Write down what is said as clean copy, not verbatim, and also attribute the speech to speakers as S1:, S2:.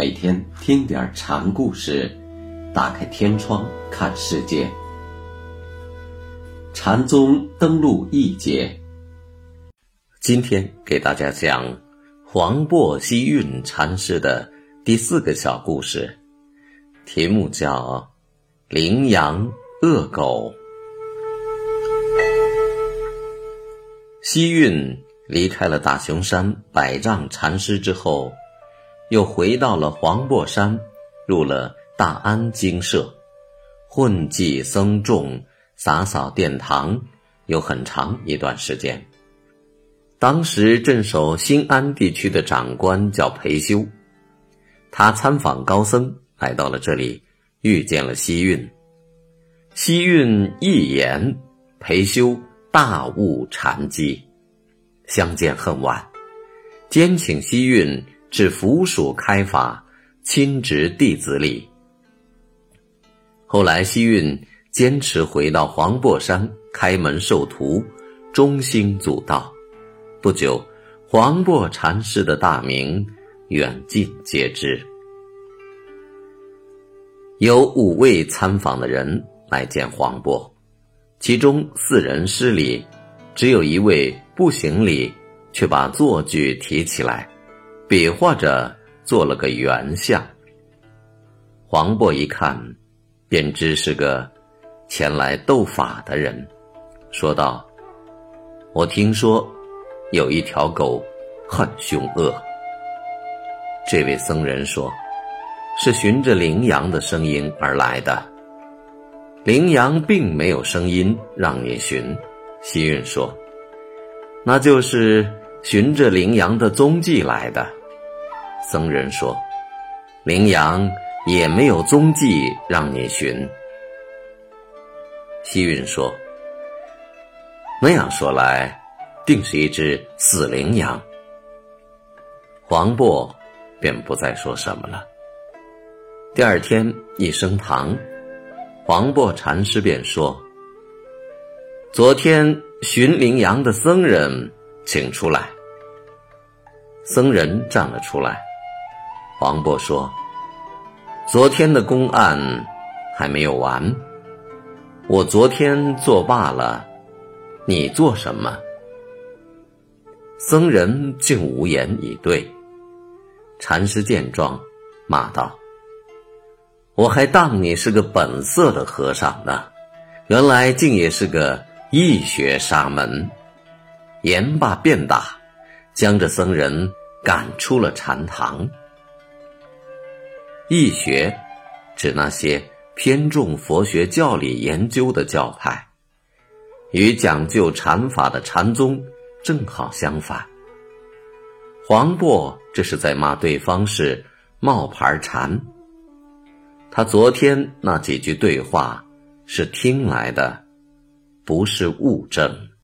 S1: 每天听点禅故事，打开天窗看世界。禅宗登陆一节，今天给大家讲黄檗希运禅师的第4个小故事，题目叫羚羊恶狗。希运离开了大雄山百丈禅师之后，又回到了黄檗山，入了大安精舍，混迹僧众，洒扫殿堂，有很长一段时间。当时镇守新安地区的长官叫裴修，他参访高僧，来到了这里，遇见了希运。希运一言，裴修大悟禅机，相见恨晚，兼请希运至府署开法，亲执弟子礼。后来希运坚持回到黄檗山开门授徒，中兴祖道。不久，黄檗禅师的大名远近皆知。有5位参访的人来见黄檗，其中4人施礼，只有1位不行礼，却把坐具提起来，比划着做了个圆相。黄檗一看，便知是个前来斗法的人，说道：我听说有一条狗很凶恶。这位僧人说，是循着羚羊的声音而来的。羚羊并没有声音让你寻。希运说，那就是循着羚羊的踪迹来的。僧人说，羚羊也没有踪迹让你寻。希运说，那样说来，定是一只死羚羊。黄檗便不再说什么了。第2天一升堂，黄檗禅师便说，昨天寻羚羊的僧人请出来。僧人站了出来。黄檗说，昨天的公案还没有完，我昨天作罢了，你做什么？僧人竟无言以对。禅师见状，骂道，我还当你是个本色的和尚呢，原来竟也是个义学沙门。言罢便打，将这僧人赶出了禅堂。义学指那些偏重佛学教理研究的教派，与讲究禅法的禅宗正好相反。黄檗这是在骂对方是冒牌禅。他昨天那几句对话是听来的，不是物证。